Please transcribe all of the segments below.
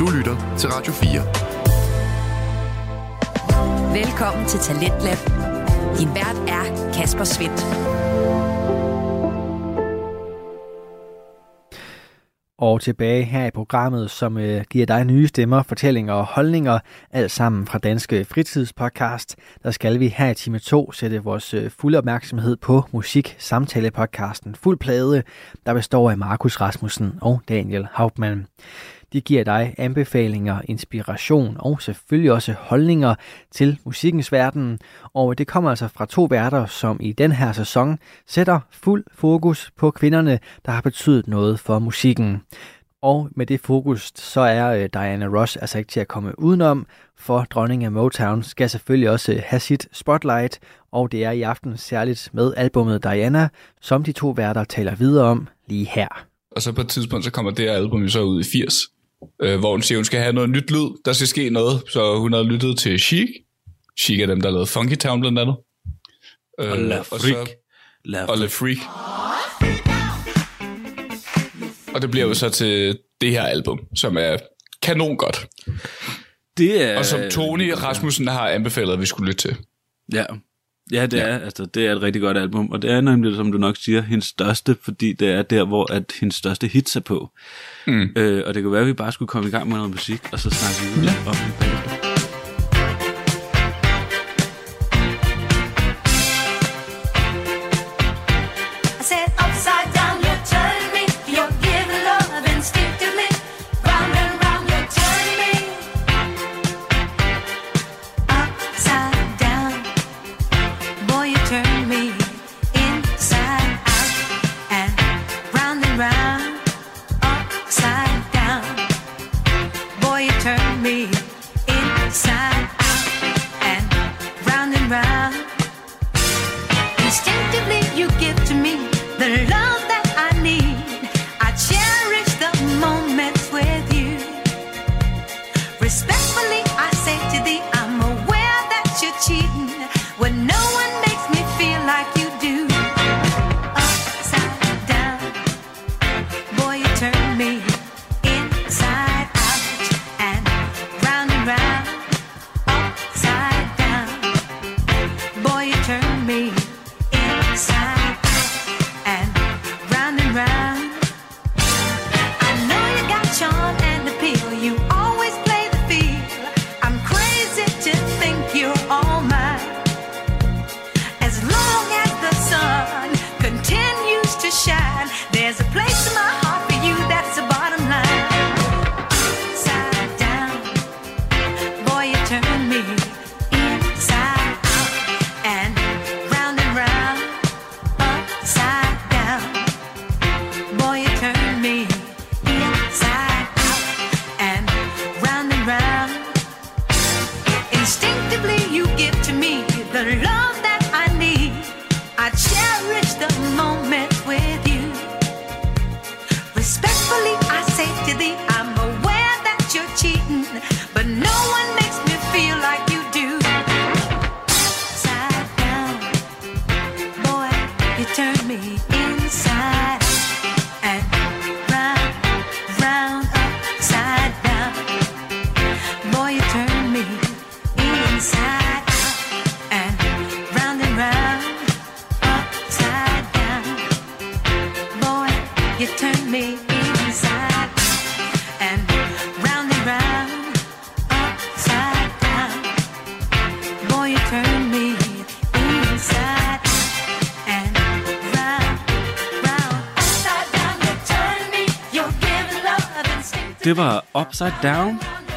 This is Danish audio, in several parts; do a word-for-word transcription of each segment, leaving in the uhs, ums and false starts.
Du lytter til Radio fire. Velkommen til Talentlab. Din vært er Kasper Svendt. Og tilbage her i programmet, som øh, giver dig nye stemmer, fortællinger og holdninger, alt sammen fra Danske Fritidspodcast. Der skal vi her i time to sætte vores øh, fulde opmærksomhed på musik-samtale-podcasten Fuld Plade, der består af Markus Rasmussen og Daniel Hauptmann. De giver dig anbefalinger, inspiration og selvfølgelig også holdninger til musikkens verden. Og det kommer altså fra to værter, som i den her sæson sætter fuld fokus på kvinderne, der har betydet noget for musikken. Og med det fokus, så er Diana Ross altså ikke til at komme udenom, for dronningen af Motown skal selvfølgelig også have sit spotlight, og det er i aften særligt med albumet Diana, som de to værter taler videre om lige her. Og så på et tidspunkt, så kommer det her album jo så ud i firs, øh, hvor hun siger, hun skal have noget nyt lyd, der skal ske noget, så hun har lyttet til Chic. Chic er dem, der lavede Funky Town blandt andet. Øh, og La Freak. La og La Freak. Og det bliver jo så til det her album, som er kanon godt. Det er, og som Tony Rasmussen har anbefalet, at vi skulle lytte til. Ja, ja, det, ja. Er, altså, det er et rigtig godt album, og det er nemlig, som du nok siger, hendes største, fordi det er der, hvor at hendes største hits er på. Mm. Øh, og det kan være, at vi bare skulle komme i gang med noget musik, og så snakke vi ud ja. om det bagefter. Det var Upside Down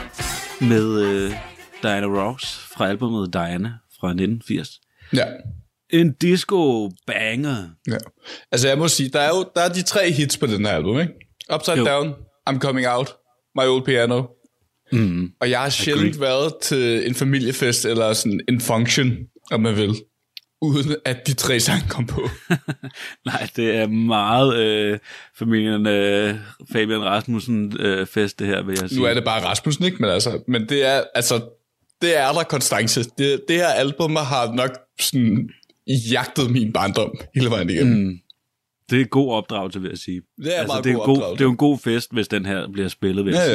med øh, Diana Ross fra albumet Diana fra nitten firs. Ja. En disco banger. Ja. Altså jeg må sige, der er jo der er de tre hits på den her album, ikke? Upside jo. Down, I'm Coming Out, My Old Piano. Mm. Og jeg har sjældent været til en familiefest eller sådan en function, om man vil, uden at de tre sange kom på. Nej, det er meget øh, familien øh, Fabian Rasmussen øh, fest, det her, vil jeg sige. Nu er det bare Rasmussen, ikke? Men, altså, men det er, altså, det er der konstance. Det, det her album har nok sådan jagtet min barndom hele vejen igennem. Mm. Det er en god opdragelse, vil jeg sige. Det er altså, meget det er god god, opdragelse. Det er jo en god fest, hvis den her bliver spillet, vil jeg ja, sige. Ja.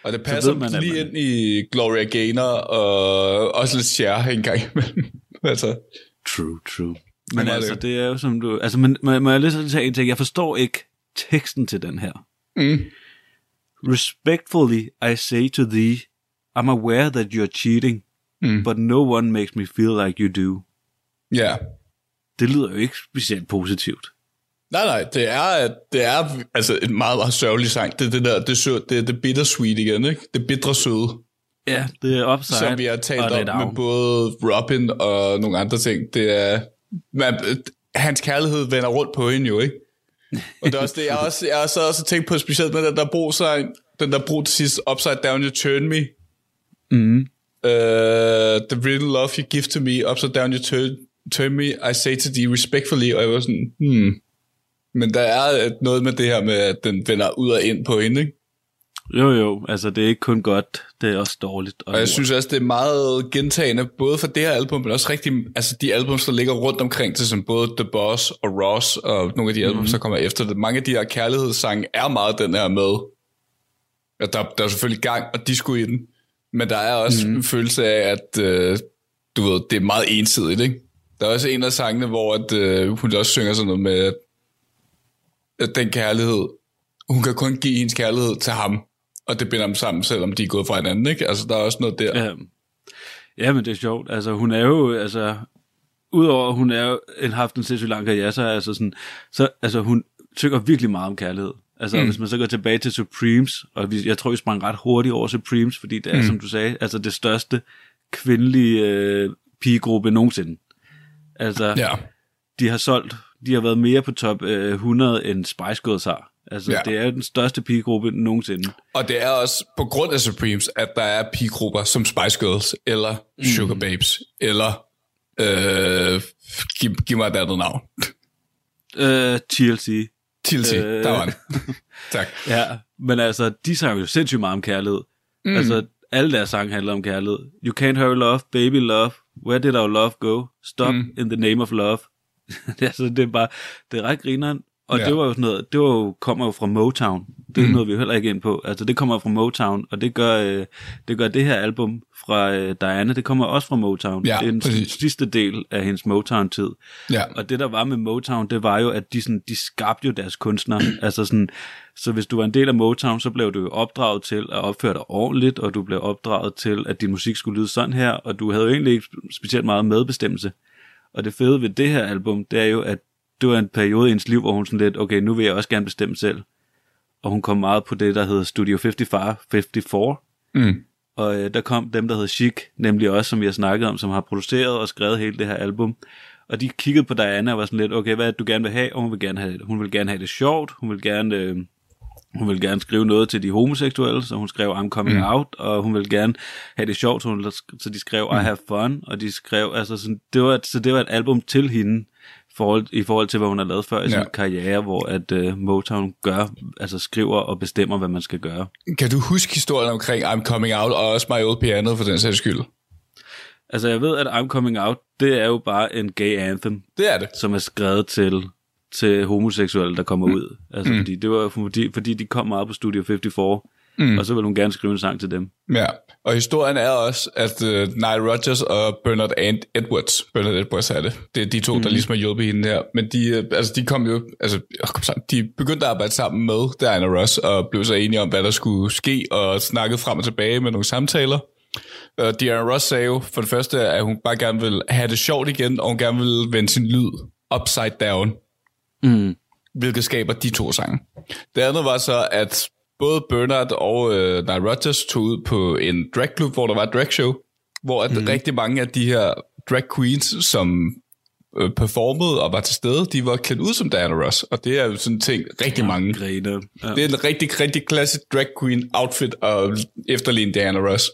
Og det passer man, lige man... ind i Gloria Gaynor og også lidt Cher en gang imellem. altså. True, true. Men altså, det. det er jo som du... Altså, man, må, må jeg lige så tage en ting? Jeg forstår ikke teksten til den her. Mm. Respectfully, I say to thee, I'm aware that you're cheating, mm. but no one makes me feel like you do. Ja. Yeah. Det lyder jo ikke specielt positivt. Nej, nej, det er, det er altså en meget, meget sørgelig sang. Det er det der, det, sø, det, er det bittersweet igen, ikke? Det bitre søde. Ja, det er upside. Som vi har talt om med både Robin og nogle andre ting. Det er, man, hans kærlighed vender rundt på hende jo, ikke? Og det er også det, jeg også, jeg har så også tænkt på, specielt med den der bro-sang, den der bro til sidst, Upside Down You Turn Me. Mm. Uh, the real love you give to me, Upside Down You turn, turn me, I say to thee respectfully. Og jeg var sådan, hmm... Men der er noget med det her med, at den vender ud og ind på hende, ikke? Jo, jo. Altså, det er ikke kun godt, det er også dårligt. Og, og jeg synes også, det er meget gentagende, både for det her album, men også rigtig, altså de albums, der ligger rundt omkring til, som både The Boss og Ross, og nogle af de albums, mm-hmm. der kommer efter det. Mange af de her kærlighedssange er meget den her med, at der, der er selvfølgelig gang og disco i den, men der er også mm-hmm. en følelse af, at øh, du ved, det er meget ensidigt, ikke? Der er også en af sangene, hvor at, øh, hun også synger sådan noget med, at den kærlighed, hun kan kun give hendes kærlighed til ham, og det binder dem sammen, selvom de er gået fra hinanden, ikke? Altså, der er også noget der. Ja, ja, men det er sjovt. Altså, hun er jo, altså, udover at hun er jo en, haft en sindssygt lang karriere, så er altså sådan, så, altså, hun tykker virkelig meget om kærlighed. Altså, mm. hvis man så går tilbage til Supremes, og vi, jeg tror, vi sprang ret hurtigt over Supremes, fordi det er, mm. som du sagde, altså det største kvindelige øh, pigegruppe nogensinde. Altså, ja. de har solgt, de har været mere på top øh, hundrede end Spice Girls har. Altså, ja. det er den største pigegruppe nogensinde. Og det er også på grund af Supremes, at der er pigegrupper som Spice Girls, eller mm. Sugar Babes, eller øh, giv, giv mig et andet navn. Uh, T L C. T L C, uh, der var den. Tak. Ja, men altså, de sang jo sindssygt meget om kærlighed. Mm. Altså, alle deres sange handler om kærlighed. You can't hurry love, baby love, where did our love go? Stop mm. in the name of love. altså, det er bare, det er ret grineren. Og ja. det var jo sådan noget, det var jo, kommer jo fra Motown. Det er mm. noget, vi heller ikke ind på. Altså, det kommer fra Motown, og det gør, øh, det gør det her album fra øh, Diana, det kommer også fra Motown. Ja, det er den præcis. sidste del af hendes Motown-tid. Ja. Og det, der var med Motown, det var jo, at de, sådan, de skabte jo deres kunstnere. altså sådan, så hvis du var en del af Motown, så blev du jo opdraget til at opføre dig ordentligt, og du blev opdraget til, at din musik skulle lyde sådan her, og du havde jo egentlig ikke specielt meget medbestemmelse. Og det fede ved det her album, det er jo, at det var en periode i hendes liv, hvor hun sådan lidt, okay, nu vil jeg også gerne bestemme selv. Og hun kom meget på det, der hedder Studio femoghalvfjerds. femoghalvfjerds. Mm. Og øh, der kom dem, der hedder Chic, nemlig også, som vi har snakket om, som har produceret og skrevet hele det her album. Og de kiggede på Diana og var sådan lidt, okay, hvad er det, du gerne vil have? Og hun vil gerne have det, hun vil gerne have det sjovt. Hun vil gerne, øh, hun vil gerne skrive noget til de homoseksuelle, så hun skrev I'm Coming mm. Out. Og hun vil gerne have det sjovt, så, hun, så de skrev mm. I Have Fun. Og de skrev, altså sådan, det var, så det var et album til hende. Forhold, i forhold til, hvad hun har lavet før i sin ja. karriere, hvor at uh, Motown gør, altså skriver og bestemmer, hvad man skal gøre. Kan du huske historien omkring I'm Coming Out, og også My Old Piano for den sags skyld? Altså, jeg ved, at I'm Coming Out, det er jo bare en gay anthem. Det er det. Som er skrevet til, til homoseksuelle, der kommer mm. ud. Altså, mm. fordi det var fordi, fordi de kom meget på Studio femoghalvfjerds, mm. og så ville hun gerne skrive en sang til dem. Ja, og historien er også, at uh, Nile Rodgers og Bernard Edwards, Bernard Edwards er det, det er de to, mm. der ligesom har hjulpet hende her, men de, uh, altså, de kom jo, altså, kom sammen, de begyndte at arbejde sammen med Diana Ross, og blev så enige om, hvad der skulle ske, og snakkede frem og tilbage med nogle samtaler. Uh, Diana Ross sagde jo for det første, at hun bare gerne ville have det sjovt igen, og hun gerne ville vende sin lyd upside down, mm. hvilket skaber de to sange. Det andet var så, at både Bernard og øh, Nile Rodgers tog ud på en dragklub, hvor der var et dragshow, hvor at mm. rigtig mange af de her drag queens, som øh, performede og var til stede, de var klædt ud som Diana Ross, og det er jo sådan en ting, rigtig ja, mange. Ja. Det er en rigtig, rigtig klassisk drag queen outfit og efterligne Diana Ross.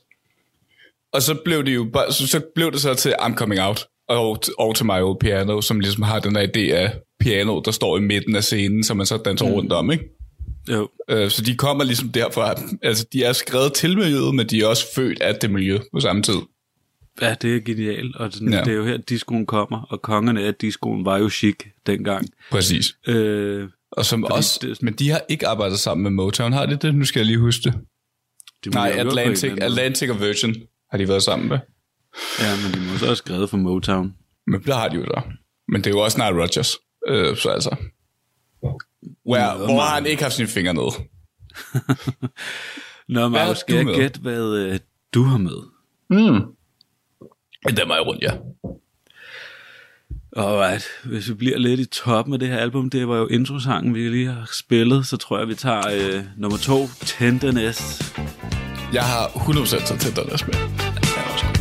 Og så blev det jo bare, så, så blev det så til I'm Coming Out, og, og til My Old Piano, som ligesom har den her idé af piano, der står i midten af scenen, som man så danser mm. rundt om, ikke? Jo. Øh, så de kommer ligesom derfra. Altså, de er skrevet til miljøet, men de er også født af det miljø på samme tid. Ja, det er genialt. Og sådan, ja. det er jo her, discoen kommer, og kongerne af discoen var jo chic dengang. Præcis. Øh, og som også, det, men de har ikke arbejdet sammen med Motown, har de det? Nu skal jeg lige huske det. Nej, Atlantic, Atlantic og Virgin har de været sammen med. Ja, men de må også have skrevet for Motown. Men det har de jo da. Men det er jo også Nile Rodgers. Øh, så altså... Where, Nå, hvor har han ikke haft sine fingre nede? Nå, Markus, skal jeg gætte, hvad øh, du har med? Mm. Det er mig rundt, ja. Alright, hvis vi bliver lidt i toppen af det her album, det var jo introsangen, vi lige har spillet, så tror jeg, vi tager øh, nummer to, Tenderness. Jeg har hundrede procent taget Tenderness med. Det er også godt.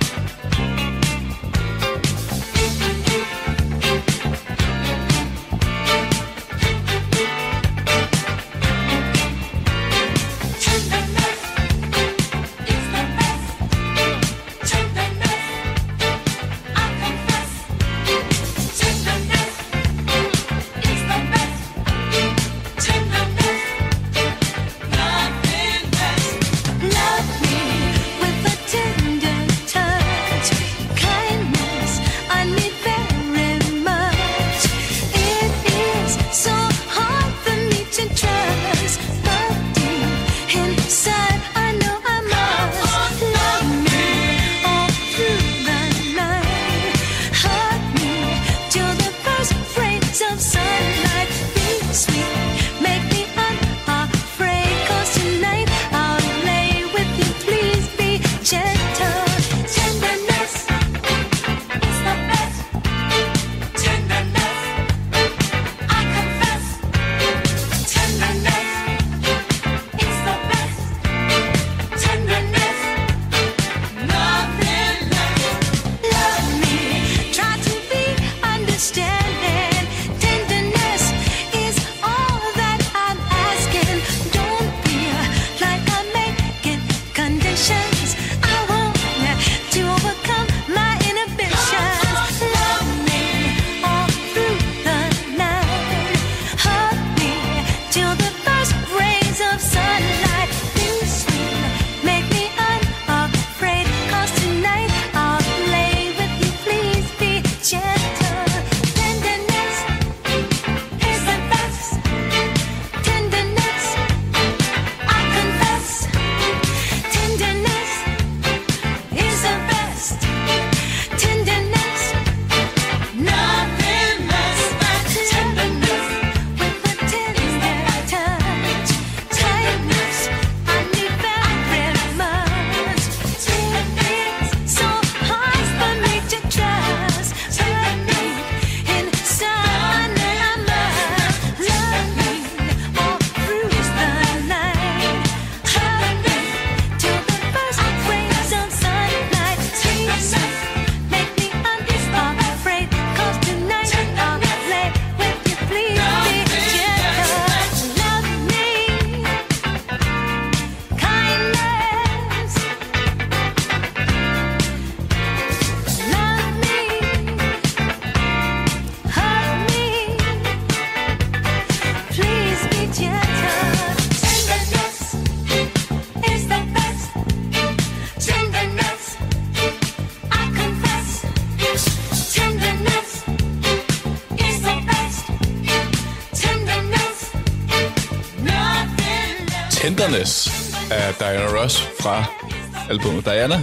Tenderness af Diana Ross fra albumet Diana.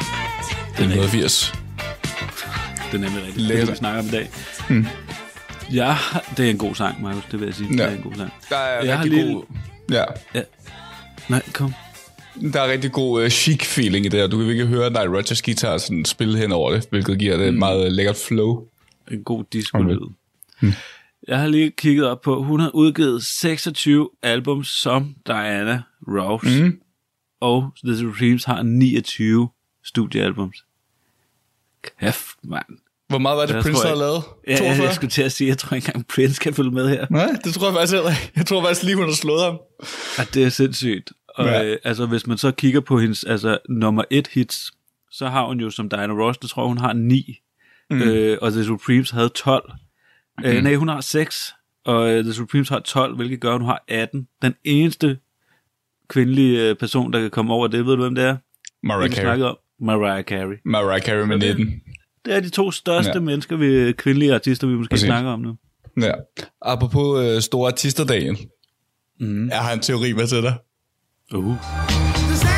nitten firs. Det er nemlig rigtigt. Det, vi snakker om i dag. Hmm. Ja, det er en god sang, Markus, det vil jeg sige. Ja. Det er en god sang. Der er jeg rigtig lige... god... Ja. ja. Nej, kom. Der er rigtig god uh, chic-feeling i det her. Du kan virkelig høre Nile Rodgers guitar sådan spille hen over det, hvilket giver det et mm. meget lækkert flow. En god disco-lyd. Mm. Jeg har lige kigget op på, hun har udgivet seksogtyve albums som Diana Ross, mm. og The Supremes har niogtyve studiealbums. Kæft, mand. Hvor meget var det, jeg Prince havde lavet? Ja, jeg, jeg skulle til at sige, jeg tror ikke engang Prince kan følge med her. Nej, det tror jeg faktisk heller ikke. Jeg tror faktisk lige, hun har slået ham. Ja, det er sindssygt. Og ja. øh, altså, hvis man så kigger på hendes altså, nummer et hits, så har hun jo som Diana Ross, det tror jeg, hun har ni. Mm. Øh, og The Supremes havde tolv. Mm. Øh, nej, hun har seks, og uh, The Supremes har tolv, hvilket gør, at hun har atten. Den eneste kvindelige uh, person, der kan komme over det, ved du, hvem det er? Mariah Carey. Mariah Carey. Mariah Carey med nitten. Det er de to største ja. mennesker, vi, kvindelige artister, vi måske Præcis. snakker om nu. Ja. Apropos uh, store artisterdagen, mm. jeg har en teori med til dig. Uh.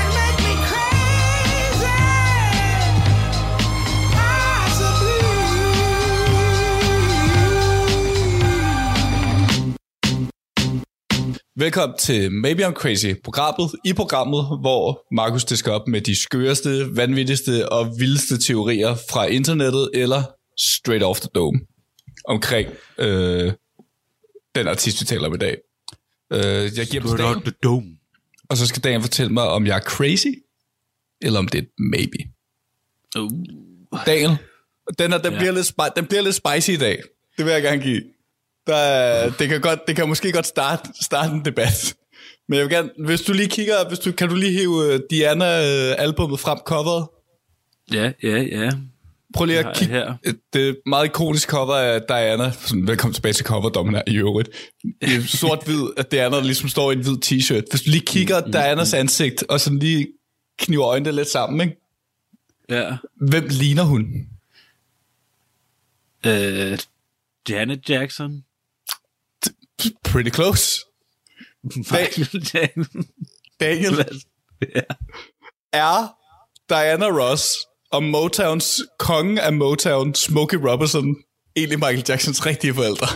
Velkommen til Maybe I'm Crazy, programmet i programmet, hvor Markus disker op med de skøreste, vanvittigste og vildeste teorier fra internettet eller straight off the dome omkring øh, den artist, vi taler om i dag. Øh, jeg giver dem straight off the dome. Og så skal Dan fortælle mig, om jeg er crazy, eller om det er et maybe. Uh. Daniel, den, er, den, ja. bliver lidt spi- den bliver lidt spicy i dag. Det vil jeg gerne give. Der, det, kan godt, det kan måske godt starte, starte en debat. Men jeg vil gerne, hvis du lige kigger, hvis du, kan du lige hive Diana-albummet frem, coveret? Ja, ja, ja. Prøv lige at kigge. Her. Det er meget ikonisk cover af Diana. Sådan, velkommen tilbage til coverdommen her i øvrigt. Sort-hvid, at Diana der ligesom står i en hvid t-shirt. Hvis du lige kigger mm, Dianas mm, ansigt, og sådan lige kniver øjnene lidt sammen, ikke? Ja. Hvem ligner hun? Øh, Janet Jackson. Pretty close. Michael Jackson. Daniel. Ja. Er Diana Ross og Motowns konge af Motown, Smokey Robinson, egentlig Michael Jacksons rigtige forældre?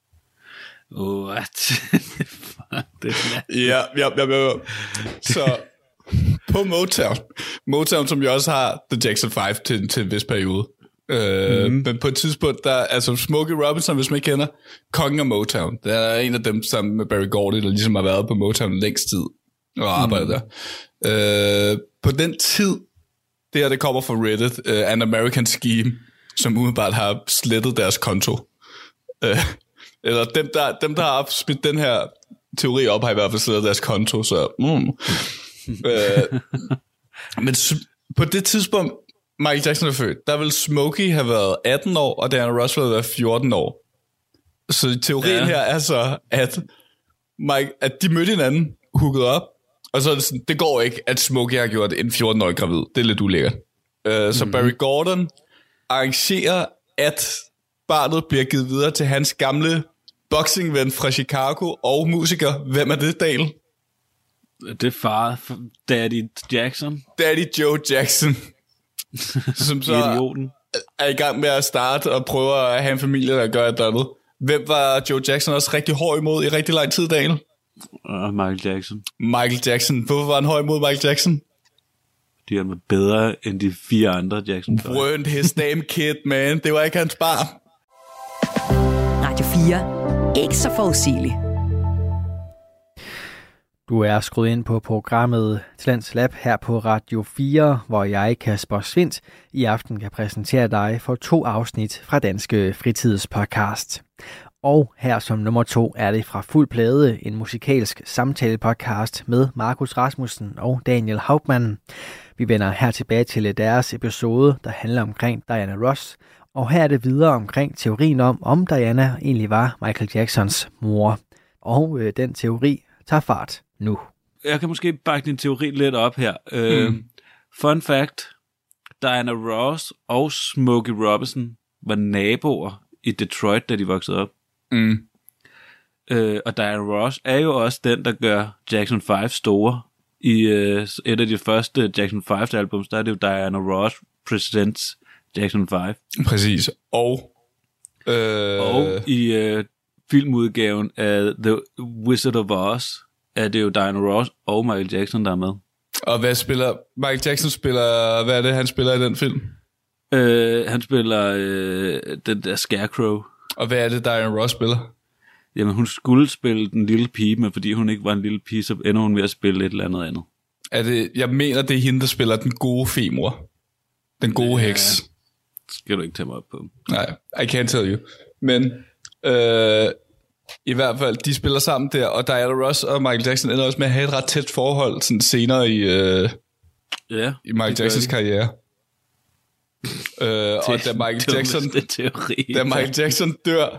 What? Det ja, ja, ja, ja. Så på Motown, Motown, som jo også har The Jackson fem til, til en vis periode. Øh, mm-hmm. Men på et tidspunkt, der altså Smokey Robinson, hvis man ikke kender, kongen af Motown. Det er en af dem sammen med Berry Gordy, der ligesom har været på Motown længst tid og arbejdet mm. der. Øh, på den tid, det her det kommer fra Reddit, uh, An American Scheme, som umiddelbart har slettet deres konto. Uh, eller dem der, dem, der har smidt den her teori op, har i hvert fald slettet deres konto. Så, mm. uh, men på det tidspunkt, Michael Jackson er født, der vil Smokey have været atten år, og Diana Ross ville have været fjorten år. Så teorien ja. her er så, at, Mike, at de mødte hinanden, hooket op, og så er det sådan, det går ikke, at Smokey har gjort en fjorten-årig gravid. Det er lidt ulækkert. Uh, mm-hmm. Så Barry Gordon arrangerer, at barnet bliver givet videre til hans gamle boxingven fra Chicago og musiker. Hvem er det, Dale? Det er far, Daddy Jackson. Daddy Joe Jackson. Som så Idioten. er i gang med at starte og prøve at have en familie, der gør et eller andet. Hvem var Joe Jackson også rigtig hård imod i rigtig lang tid, Daniel? Uh, Michael Jackson. Michael Jackson. Hvorfor var han høj imod Michael Jackson? Fordi han var bedre end de fire andre Jackson. Brønt his damn kid, man. Det var ikke hans bar. Radio fire. Ikke så forudsigeligt. Du er skruet ind på programmet Talents Lab her på Radio fire, hvor jeg, Kasper Svindt, i aften kan præsentere dig for to afsnit fra Danske Fritidspodcast. Og her som nummer to er det fra Fuld Plade, en musikalsk samtale-podcast med Markus Rasmussen og Daniel Hauptmann. Vi vender her tilbage til deres episode, der handler omkring Diana Ross, og her er det videre omkring teorien om, om Diana egentlig var Michael Jacksons mor. Og øh, den teori tager fart nu. Jeg kan måske bakke din teori lidt op her. Mm. Uh, fun fact, Diana Ross og Smokey Robinson var naboer i Detroit, da de voksede op. Mm. Uh, og Diana Ross er jo også den, der gør Jackson fem store. I uh, et af de første Jackson fem albums, der er det jo Diana Ross Presents Jackson fem. Præcis. Og, øh... og i uh, filmudgaven af The Wizard of Oz er det jo Diana Ross og Michael Jackson, der er med. Og hvad spiller... Michael Jackson spiller... Hvad er det, han spiller i den film? Uh, han spiller uh, den der Scarecrow. Og hvad er det, Diana Ross spiller? Jamen, hun skulle spille den lille pige, men fordi hun ikke var en lille pige, så ender hun ved at spille et eller andet andet. Er det, jeg mener, det er hende, der spiller den gode femor. Den gode ja, heks. Skal du ikke tage mig op på. Nej, I can't tell you. Men øh, i hvert fald, de spiller sammen der, og Diana Ross og Michael Jackson ender også med at have et ret tæt forhold sådan senere i, øh, ja, i Michael Jacksons karriere. øh, det, og da Michael Jackson teori, da Michael Jackson dør,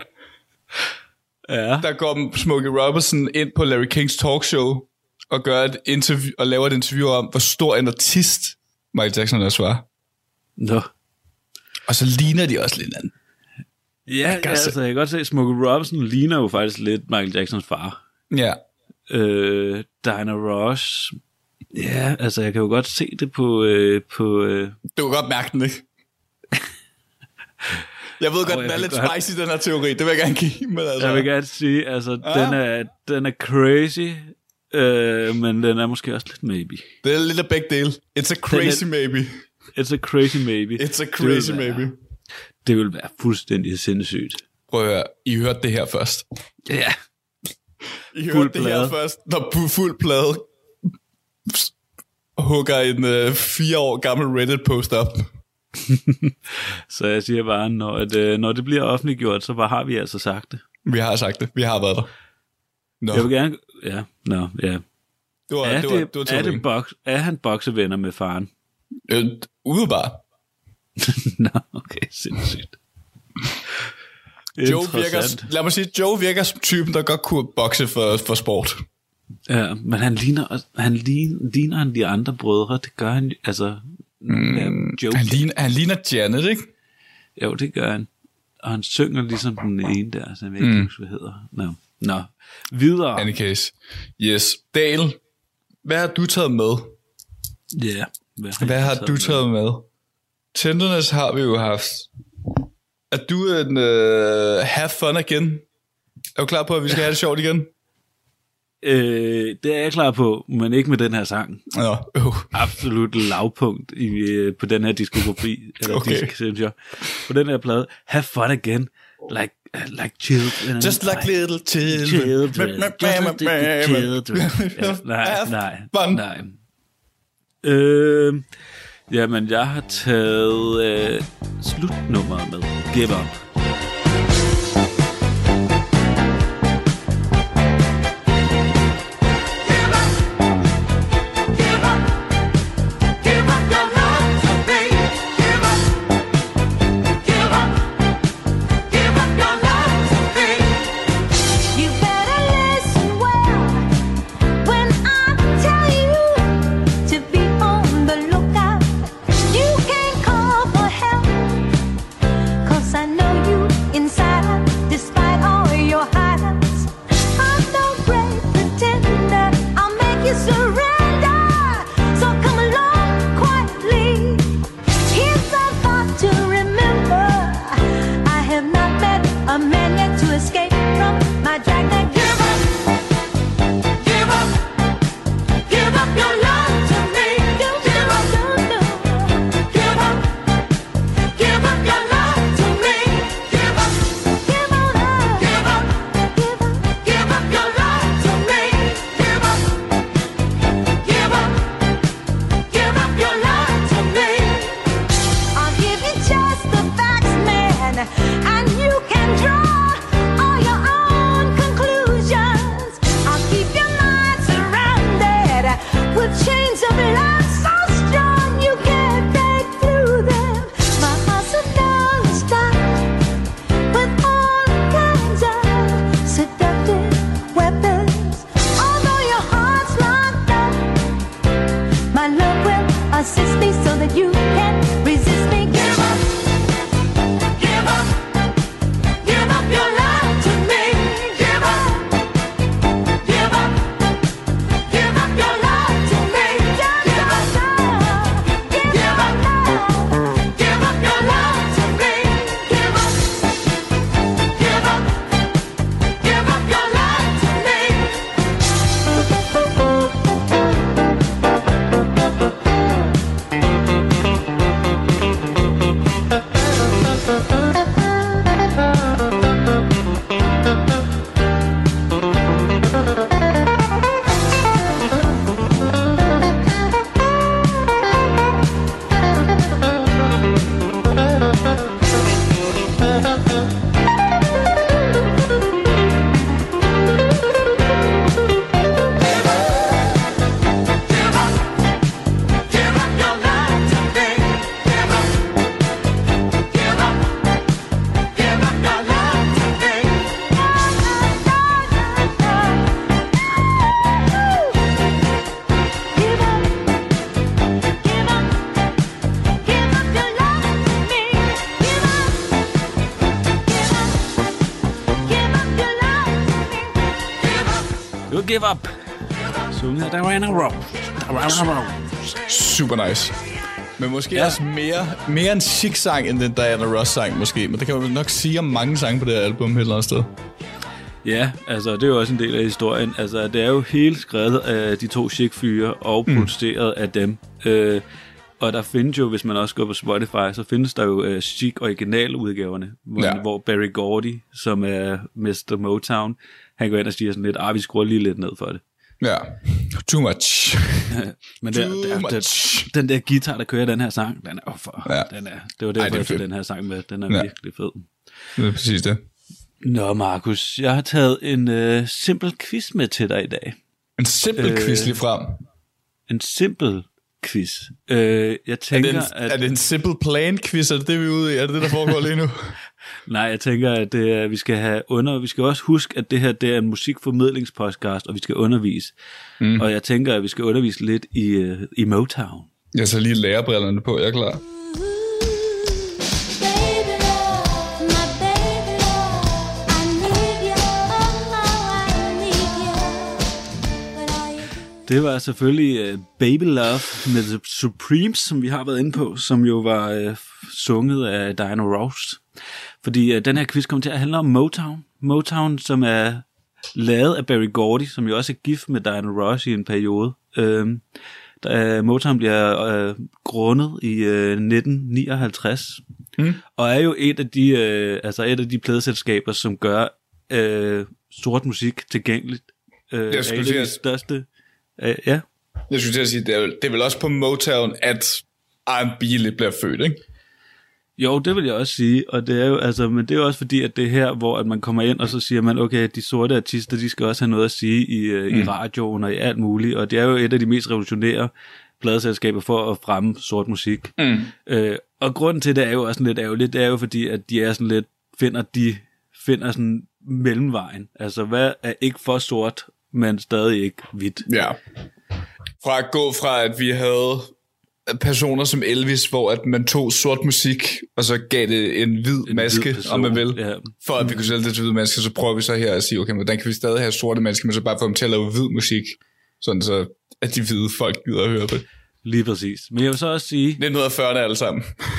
ja. der går Smokey Robinson ind på Larry Kings talkshow og gør et interview og laver et interview om, hvor stor en artist Michael Jackson også var. Nå. Og så ligner de også lidt anden. Ja, ja altså, jeg kan godt se, at Smokey Robinson ligner jo faktisk lidt Michael Jacksons far. Ja. Øh, Diana Ross. Ja, altså, jeg kan jo godt se det på... Øh, på øh... Du kan godt mærke den, ikke? Jeg ved godt, den er lidt godt. Spicy, den her teori. Det vil jeg gerne give. Men altså. Jeg vil gerne sige, altså, ja. den, er, den er crazy, øh, men den er måske også lidt maybe. Det er lidt af begge dele. It's a crazy er, maybe. It's a crazy maybe. It's a crazy det maybe. Være, det vil være fuldstændig sindssygt. Prøv at høre. I hørte det her først. Ja. Yeah. I hørte det her først, når fuld plade hugger en øh, fire år gammel Reddit-post op. Så jeg siger bare, når, at, øh, når det bliver offentliggjort, så bare har vi altså sagt det. Vi har sagt det. Vi har været der. No. Jeg vil gerne... Ja, nå, no, ja. Du var, er, du det, var, du var er, det box, er han boksevenner med faren? Øh, udebart. Nå, okay, sindssygt. Joe virker, lad mig sige, Joe virker som typen, der godt kunne bokse for, for sport. Ja, men han ligner, han ligner, ligner han de andre brødre, det gør han, altså... Mm, ja, han, ligner, han ligner Janet, ikke? Jo, det gør han. Og han synger ligesom den ene der, som jeg ikke mm. husker, hvad hedder. Nå, no. no. Videre. Any case. Yes. Dale, hvad har du taget med? Ja. Yeah. Hvad har, hvad har taget du taget med? med? Tenderness har vi jo haft. Er du en uh, have fun again? Er du klar på, at vi skal have det sjovt igen? Øh, det er jeg klar på, men ikke med den her sang. Ja. Uh. Absolut lavpunkt i, på den her diskografi, eller okay. disk, synes jeg. På den her plade. Have fun again. Like, uh, like children. Just like, like little children. Children. Just like children. Ja, nej, nej, nej. Øh, jamen, jeg har taget øh, slutnummeret med. Give Up. Give Up. Sunget af Diana Ross. Super nice. Men måske Ja. også mere, mere en chic-sang, end den Diana Ross-sang, måske. Men det kan man nok sige om mange sange på det her album et eller andet sted. Ja, altså det er jo også en del af historien. Altså det er jo helt skrevet af de to chic-fyre og mm. produceret af dem. Øh, og der findes jo, hvis man også går på Spotify, så findes der jo uh, chic originaludgaverne, hvor, Ja. hvor Berry Gordy, som er mister Motown, han går ind og siger sådan lidt, ah, vi skruer lige lidt ned for det. Ja. Too much. Men der, Too der, much. der, den der guitar, der kører den her sang, den er oh, for, Ja. den er, det var derfor, Ej, det er jeg tog fedt. den her sang med. Den er Ja. virkelig fed. Det er præcis det. Nå, Markus, jeg har taget en øh, simpel quiz med til dig i dag. En simpel Øh, quiz lige frem. En simpel quiz. Øh, jeg Er tænker, det, en, at... er det en simple plan quiz? Er det det, vi er ude i? Er det det, der foregår lige nu? Nej, jeg tænker, at det er, vi skal have under... Vi skal også huske, at det her det er en musikformidlingspodcast, og vi skal undervise. Mm. Og jeg tænker, at vi skal undervise lidt i, uh, i Motown. Jeg så lige lærerbrillerne på, jeg er klar. Det var selvfølgelig uh, Baby Love med The Supremes, som vi har været inde på, som jo var uh, sunget af Diana Ross. Fordi uh, den her quiz kommer til at handle om Motown. Motown, som er lavet af Berry Gordy, som jo også er gift med Diana Ross i en periode. Uh, da Motown bliver uh, grundet i uh, nitten nioghalvtreds, mm. og er jo et af de, uh, altså et af de pladeselskaber, som gør uh, sort musik tilgængeligt. Uh, Jeg skulle er et sige, af at- de største... Uh, ja. Jeg skulle til at sige, det er, vel- det er vel også på Motown, at R and B lidt bliver født, ikke? Jo, det vil jeg også sige, og det er jo, altså, men det er jo også fordi, at det er her, hvor at man kommer ind, og så siger man, okay, de sorte artister, de skal også have noget at sige i, uh, mm. i radioen og i alt muligt, og det er jo et af de mest revolutionære pladeselskaber for at fremme sort musik. Mm. Uh, og grunden til det er jo også sådan lidt ærgerligt, det er jo fordi, at de er sådan lidt, finder de, finder sådan mellemvejen. Altså, hvad er ikke for sort, men stadig ikke hvidt? Ja. Fra at gå fra, at vi havde personer som Elvis, hvor at man tog sort musik, og så gav det en hvid En maske, hvid person, om man vil. ja. For at vi kunne sælge det til hvide maske, så prøver vi så her at sige, okay, hvordan kan vi stadig have sorte mennesker, men så bare få dem til at lave hvid musik, sådan så at de hvide folk gider at høre på det. Lige præcis. Men jeg vil så også sige... nitten fyrrerne alle sammen.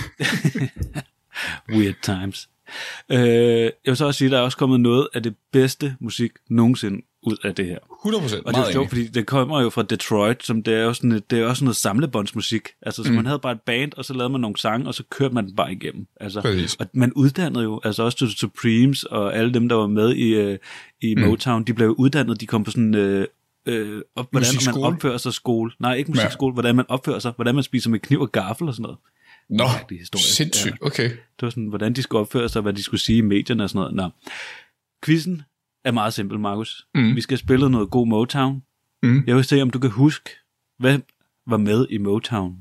Weird times. Øh, jeg vil så også sige, at der er også kommet noget af det bedste musik nogensinde ud af det her. hundrede procent. Og det er jo sjovt, fordi det kommer jo fra Detroit, som det er jo sådan et, det er også noget samlebåndsmusik. Altså, så mm. man havde bare et band, og så lavede man nogle sange, og så kørte man den bare igennem. Altså, Præcis. og man uddannede jo, altså også The Supremes, og alle dem, der var med i, uh, i mm. Motown, de blev uddannet, de kom på sådan... Uh, Øh, op, hvordan man opfører sig skole. Nej, ikke musikskole. Ja. Hvordan man opfører sig. Hvordan man spiser med kniv og gaffel og sådan noget. Nå, historie. sindssygt. Okay. Det var sådan, hvordan de skulle opføre sig, hvad de skulle sige i medierne og sådan noget. Nå. Quizzen er meget simpel, Markus. Mm. Vi skal spille noget god Motown. Mm. Jeg vil se, om du kan huske, hvad var med i Motown.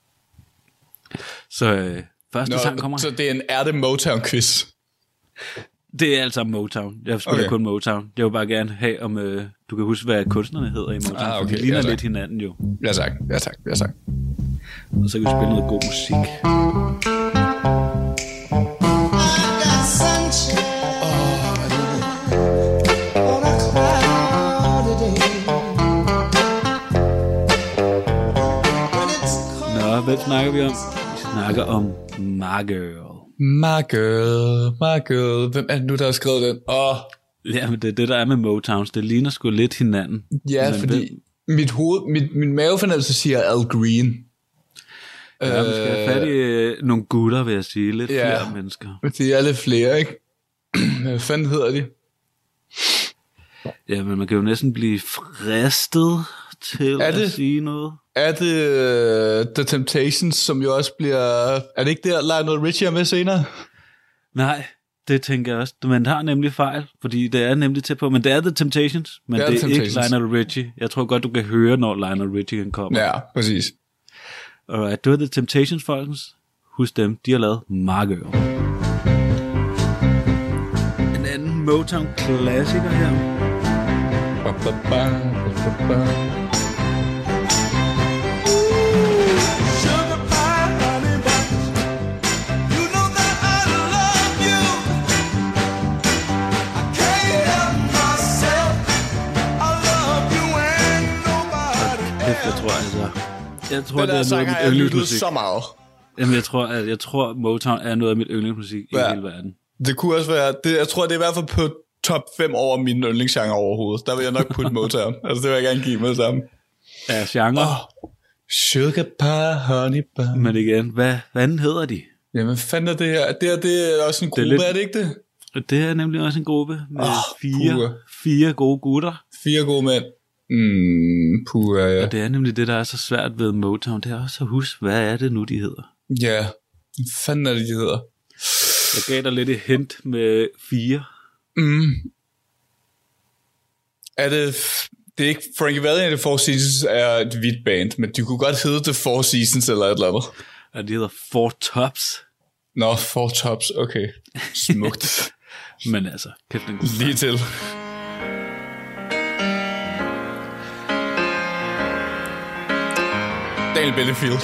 Så øh, første Nå, sang kommer. Så det er en er det Motown-quiz? Det er altså Motown. Jeg spiller okay. kun Motown. Jeg vil bare gerne have, om øh, du kan huske, hvad kunstnerne hedder i Motown. Ah, okay. De ligner Ja, lidt hinanden jo. Ja tak, ja tak, ja tak. Og så kan vi spille noget god musik. Nå, hvad snakker vi om? Vi snakker om My Girl. My girl, my girl. Hvem er det nu, der har skrevet den? Åh, oh. Ja, men det er det, der er med Motowns. Det ligner sgu lidt hinanden. Ja, men fordi hvem? mit hoved, mit, min mavefornemmelse siger Al Green. Ja, vi skal have fat i øh, nogle gutter, vil jeg sige. Lidt ja, flere mennesker. Men det er lidt flere, ikke? Hvad fanden hedder de? Ja, men man kan jo næsten blive fristet til at sige noget. Er det uh, The Temptations, som jo også bliver... Er det ikke der, Lionel Richie er med senere? Nej, det tænker jeg også. Man har nemlig fejl, fordi det er nemlig tæt på. Men det er The Temptations, men det er, det er ikke Lionel Richie. Jeg tror godt, du kan høre, når Lionel Richie kommer. Ja, præcis. Alright, det var The Temptations, folkens. Husk dem, de har lavet My Girl. En anden Motown-klassiker her. Ba, ba, ba, ba, ba. Jeg tror altså, Jeg tror, den det er sang noget har af jeg mit lyttet yndlingsmusik. så meget. Jamen, jeg tror, at jeg tror, Motown er noget af mit yndlingsmusik ja. i hele verden. Det kunne også være, det, jeg tror, det er i hvert fald på top fem over mine yndlingsgenre overhovedet. Der vil jeg nok putte Motown. Altså, det vil jeg gerne give med sammen. Ja, genre. Oh, sugar pie, honey pie. Men igen, hvad, hvad hedder de? Jamen, fanden er det her? Det, er, det er også en gruppe, det er, lidt, er det ikke det? Det er nemlig også en gruppe med oh, fire, fire gode gutter. Fire gode mænd. Mm, puha, ja. Og det er nemlig det, der er så svært ved Motown. Det er også at huske, hvad er det nu, de hedder? Ja, hvad fanden er det, de hedder? Jeg gav dig lidt et hint med fire. Mm. Er det... Det er ikke... Frankie Valli and the Four Seasons er et hvidt band, men de kunne godt hedde The Four Seasons eller et eller andet. Og de hedder Four Tops. Nå, Four Tops, okay. Smukt. Men altså, kæft den god. Lige til. Daniel Bellefield.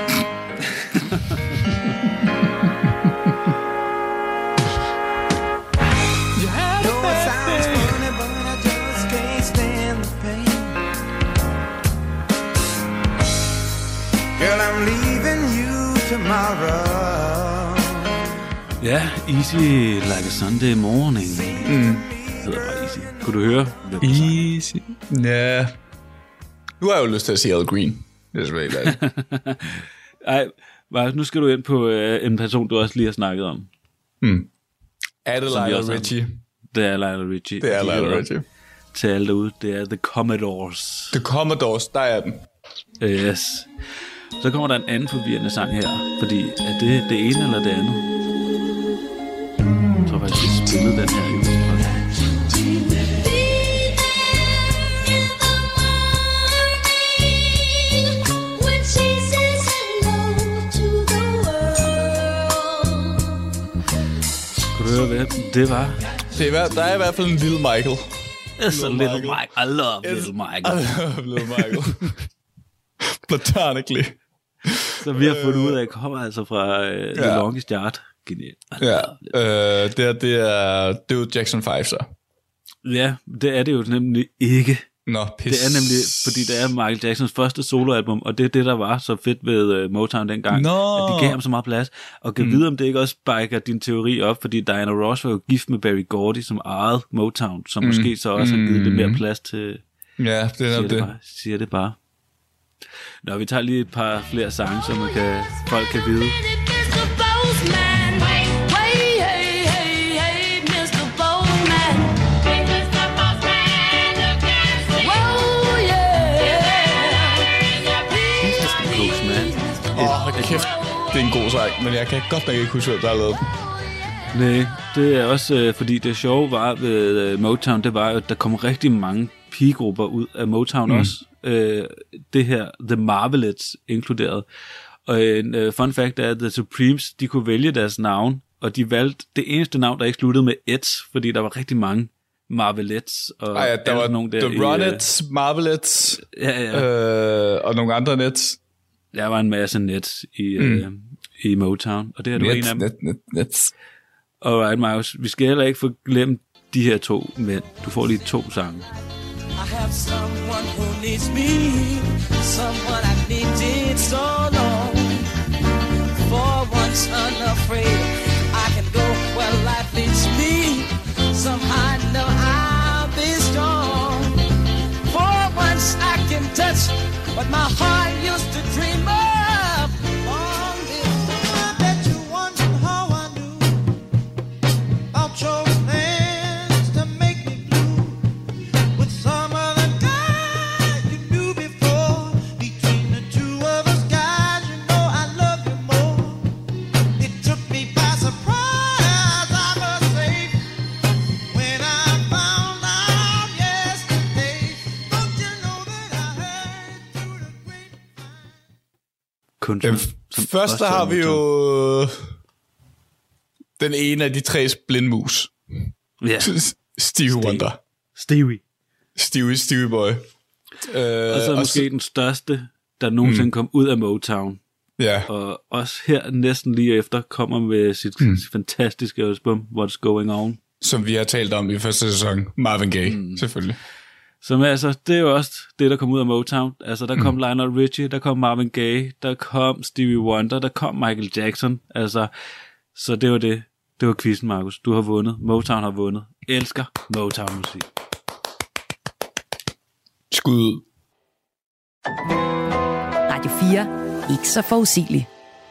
Girl, I'm leaving you tomorrow. Ja, Easy Like a Sunday Morning. Mm. Hedder bare Easy. Kunne du høre? Easy. Ja. Nu har jeg jo lyst til at se Al Green. Det er selvfølgelig Ej, Marius, nu skal du ind på øh, en person, du også lige har snakket om. Mm. Er det Lionel Richie? Det er Lionel Richie. Det er Lionel Richie. Til alle derude, det er The Commodores. The Commodores, der er den. Yes. Så kommer der en anden forvirrende sang her, fordi er det det ene eller det andet? Jeg tror faktisk, vi spillede den her i Kunne du høre, hvad det var? Det er, der er i hvert fald en lille Michael. It's a little Michael. I love It's, little Michael. I love little Michael. Platonically. Så vi har fundet ud af, at kommer altså fra uh, ja. The Longest Yard. Genialt. Ja, øh, det, er, det, er, det er jo Jackson five så. Ja, det er det jo nemlig ikke. Nå, pis. Det er nemlig, fordi det er Michael Jacksons første soloalbum, og det er det, der var så fedt ved uh, Motown dengang. Nå. At de gav ham så meget plads. Og kan mm. vide, om det ikke også spiker din teori op, fordi Diana Ross var jo gift med Berry Gordy, som ejede Motown, som mm. måske så også har givet det mere plads til... Ja, det er det. det. Bare, siger det bare. Nå, vi tager lige et par flere sange, så man kan, folk kan vide. Åh, oh, kæft, det er en god sang, men jeg kan godt nok ikke huske, hvem der har lavet den. Nej, det er også, øh, fordi det sjove var ved øh, Motown, det var, at der kom rigtig mange pigegrupper ud af Motown mm. også. Øh, det her, The Marvelettes inkluderet. Og en øh, fun fact er, at The Supremes, de kunne vælge deres navn, og de valgte det eneste navn, der ikke sluttede med et, fordi der var rigtig mange Marvelettes. Og Ej, ja, der var nogen der The Ronettes, øh, Marvelettes, ja, ja. Øh, og nogle andre nets. Der var en masse nets i, mm. øh, i Motown, og det er du en af dem. Net, net, nets. Alright, Marius, vi skal heller ikke få glemt de her to mænd. Du får lige to sange. I have someone who needs me, someone I needed so long. For once unafraid, I can go where life leads me. Somehow I know I'll be strong. For once I can touch what my heart used to dream of. Long before I bet you wonder how I knew about your plans to make me blue with some other guy you knew before. Between the two of us guys, you know I love you more. It took me by surprise, I must say, when I found out yesterday. Don't you know that I heard through the grapevine? Kun Øhm, først der har vi jo den ene af de tre blindmus. Ja. Stevie Wonder. Stevie. Stevie, Stevie Boy. Øh, og så og måske så, den største, der nogensinde mm. kom ud af Motown. Ja. Og også her næsten lige efter kommer med sit mm. fantastiske album, What's Going On. Som vi har talt om i første sæson. Marvin Gaye, mm. selvfølgelig. Som altså, det er jo også det, der kom ud af Motown. Altså, der kom mm. Lionel Richie, der kom Marvin Gaye, der kom Stevie Wonder, der kom Michael Jackson. Altså, så det var det. Det var quizzen, Markus. Du har vundet. Motown har vundet. Elsker Motown-musik. Skud ud. Radio fire. Ikke så forudsigelig.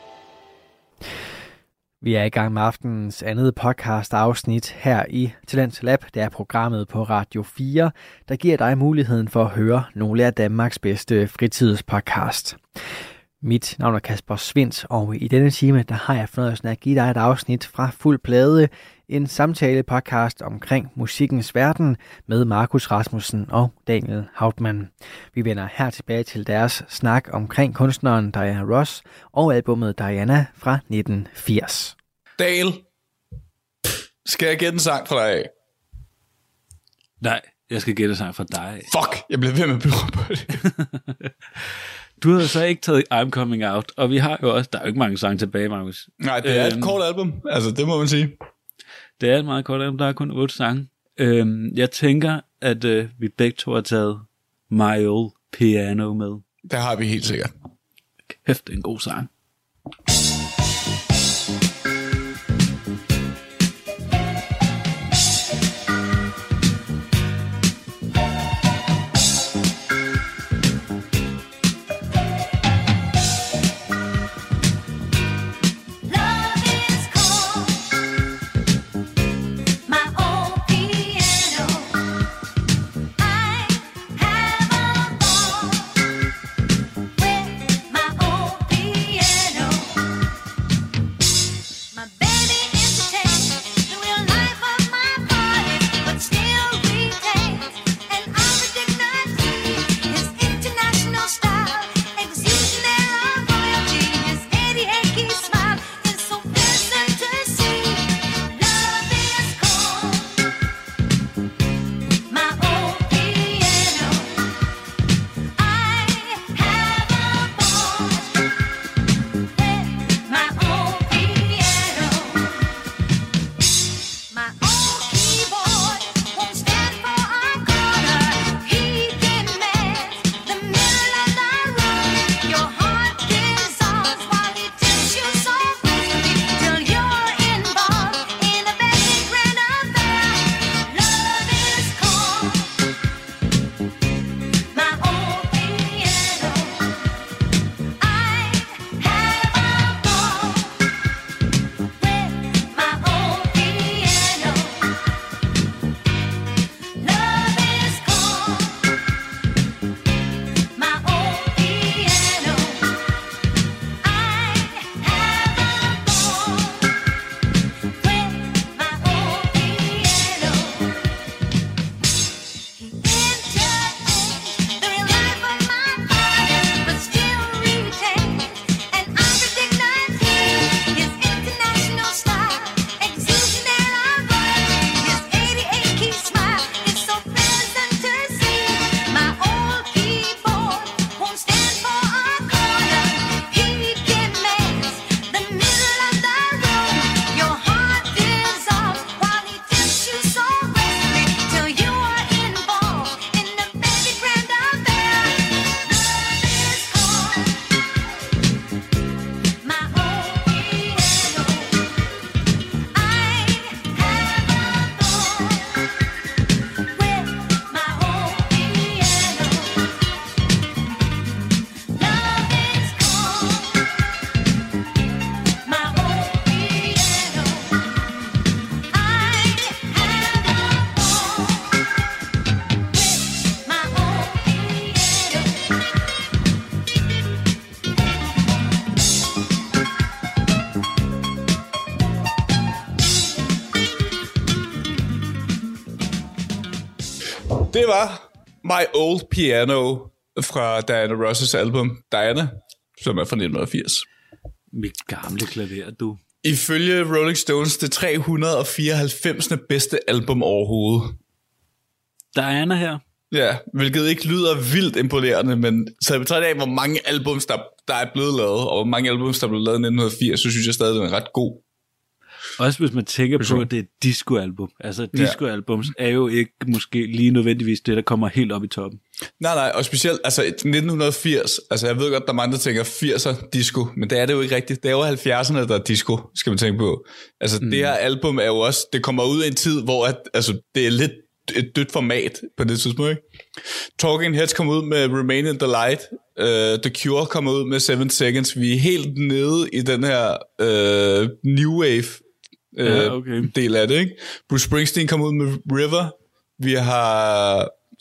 Vi er i gang med aftenens andet podcast-afsnit her i Talent Lab. Det er programmet på Radio fire, der giver dig muligheden for at høre nogle af Danmarks bedste fritidspodcast. Mit navn er Kasper Svindt, og i denne time der har jeg fornøjelsen af at give dig et afsnit fra Fuld Plade, en samtale-podcast omkring musikkens verden med Markus Rasmussen og Daniel Hauptmann. Vi vender her tilbage til deres snak omkring kunstneren Diana Ross og albumet Diana fra nitten firs. Dale, skal jeg gætte en sang fra dig af? Nej, jeg skal gætte en sang fra dig. Fuck, jeg bliver ved med at bygge på det. Du havde så ikke taget I'm Coming Out, og vi har jo også, der er jo ikke mange sange tilbage, Markus. Nej, det er øhm, et kort album, altså det må man sige. Det er et meget kort album, der er kun otte sange. Øhm, jeg tænker, at øh, vi begge to har taget My Old Piano med. Det har vi helt sikkert. Kæft, det er en god sang. Det var My Old Piano fra Diana Ross' album Diana, som er fra nitten firs. Mit gamle klaver, du. Ifølge Rolling Stones det tre hundrede og fireoghalvfems bedste album overhovedet. Diana her. Ja, hvilket ikke lyder vildt imponerende, men så jeg betragter af, hvor mange albums, der, der er blevet lavet, og hvor mange albums, der er blevet lavet i nitten firs, så synes jeg stadig, den er ret god. Også hvis man tænker på, at det er et disco-album. Altså, disco-albums er jo ikke måske lige nødvendigvis det, der kommer helt op i toppen. Nej, nej, og specielt, altså nitten firs, altså jeg ved godt, der er mange, der tænker firser disco, men det er det jo ikke rigtigt. Det er jo halvfjerdserne, der er disco, skal man tænke på. Altså mm. det her album er jo også, det kommer ud i en tid, hvor at, altså, det er lidt et dødt format på det tidspunkt, ikke? Talking Heads kommer ud med Remain in the Light, uh, The Cure kommer ud med Seven Seconds, vi er helt nede i den her uh, New Wave uh, ja, okay. del af det, ikke? Bruce Springsteen kommer ud med River, vi har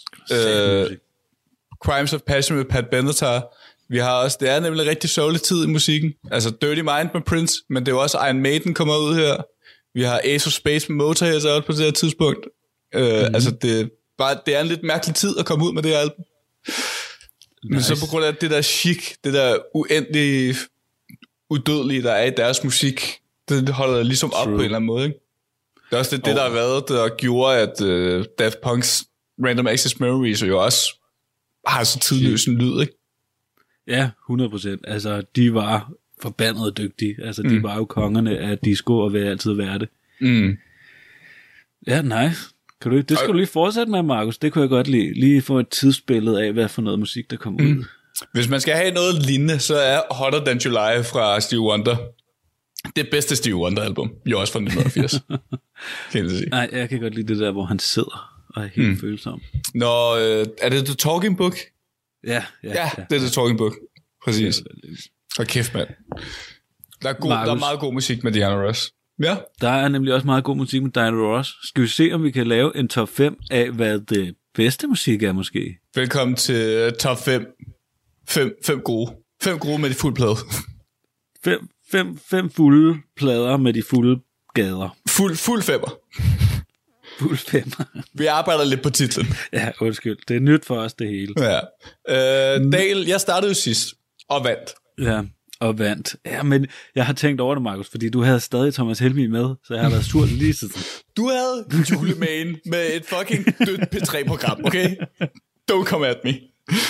uh, Crimes of Passion med Pat Benatar, vi har også, det er nemlig rigtig sørgelig tid i musikken, altså Dirty Mind med Prince, men det er også Iron Maiden kommer ud her, vi har Ace of Space med Motorhead også på det her tidspunkt. Uh, mm-hmm. Altså det, bare, det er en lidt mærkelig tid at komme ud med det her album. Nice. Men så på grund af det der chic, det der uendelige udødelige, der er i deres musik, det holder ligesom op True. På en eller anden måde, ikke? Det er også det, det oh. der har været, der gjorde, at uh, Daft Punk's Random Access Memories jo også har så tidløs en lyd, ikke? Ja, hundrede procent. Altså, de var forbandet dygtige. Altså, de mm. var jo kongerne af disco og vil altid være det. Mm. Ja, nice. Kan du, det skal du lige fortsætte med, Markus. Det kunne jeg godt lide. Lige få et tidsbillede af, hvad for noget musik, der kommer mm. ud. Hvis man skal have noget lignende, så er Hotter Than July fra Stevie Wonder det bedste Stevie Wonder-album. Jo, også fra nitten firs. Kan jeg sige. Nej, jeg kan godt lide det der, hvor han sidder og er helt mm. følsom. Nå, øh, er det The Talking Book? Ja, ja, ja, ja. det er The Talking Book. Præcis. Og kæft, mand. Der er, god, der er meget god musik med Diana Ross. Ja. Der er nemlig også meget god musik med Diana Ross. Skal vi se, om vi kan lave en top fem af, hvad det bedste musik er, måske? Velkommen til top fem. Fem, fem gode. Fem gode med de fulde plader. Fem, fem, fem fulde plader med de fulde gader. Fuld, fuld femmer. Fuld femmer. Vi arbejder lidt på titlen. Ja, undskyld. Det er nyt for os, det hele. Ja. Øh, Dale, jeg startede jo sidst og vandt. Ja, og vandt. Ja, men jeg har tænkt over det, Markus, fordi du havde stadig Thomas Helmig med, så jeg har været sur lige siden. Du havde julemagen med et fucking dødt P tre program, okay? Don't come at me.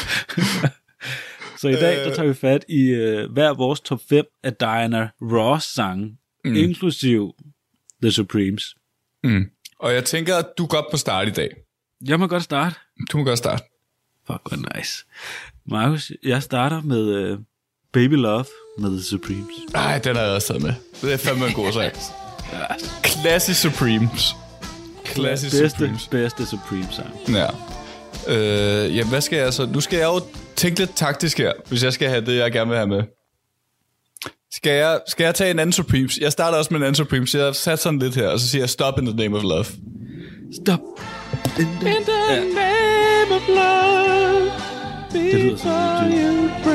Så i dag, der tager vi fat i uh, hver vores top fem af Diana Ross sange, mm. inklusiv The Supremes. Mm. Og jeg tænker, at du godt må starte i dag. Jeg må godt starte. Du må godt starte. Fuck, hvor nice. Markus, jeg starter med uh, Baby Love med The Supremes. Nej, den har jeg også taget med. Det er fandme en god sang. Ja. Classic Supremes. Classic bedste, Supremes. Bedste Supremes sang. Ja. Øh, ja, hvad skal jeg så? Nu skal jeg jo tænke lidt taktisk her, hvis jeg skal have det, jeg gerne vil have med. Skal jeg, skal jeg tage en anden Supremes? Jeg starter også med en anden Supremes. Jeg har sat sådan lidt her, og så siger jeg Stop in the name of love. Stop in the, in the ja. name of love. Det lyder sådan lidt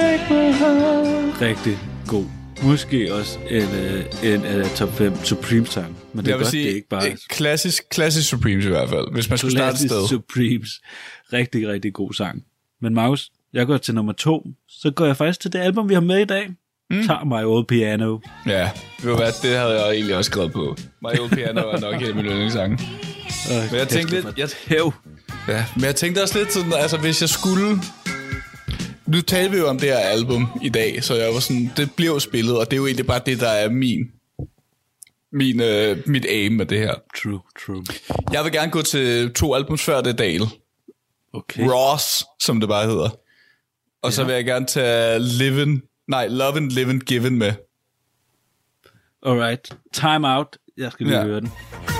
rigtig god. Måske også en, en, en, en top fem Supremes sang. Men det er godt, sige, det er ikke bare... Klassisk, klassisk Supremes i hvert fald, hvis man skulle starte et sted. Supremes. Rigtig, rigtig god sang. Men Markus, jeg går til nummer to. Så går jeg faktisk til det album, vi har med i dag. Mm. Tag My Old Piano. Ja, ved du hvad, det havde jeg egentlig også skrevet på. My Old Piano er nok en af mine yndlingssange. Men jeg tænkte lidt... Jeg, ja, men jeg tænkte også lidt sådan, altså hvis jeg skulle... Nu talte vi jo om det her album i dag, så jeg var sådan, det bliver jo spillet, og det er jo egentlig bare det, der er min, min øh, mit aim med det her. True, true. Jeg vil gerne gå til to albums før det, Dale. Okay. Ross, som det bare hedder. Og ja. Så vil jeg gerne tage Livin', nej, Love and Livin' Given med. Alright, Time Out. Jeg skal lige ja. høre den.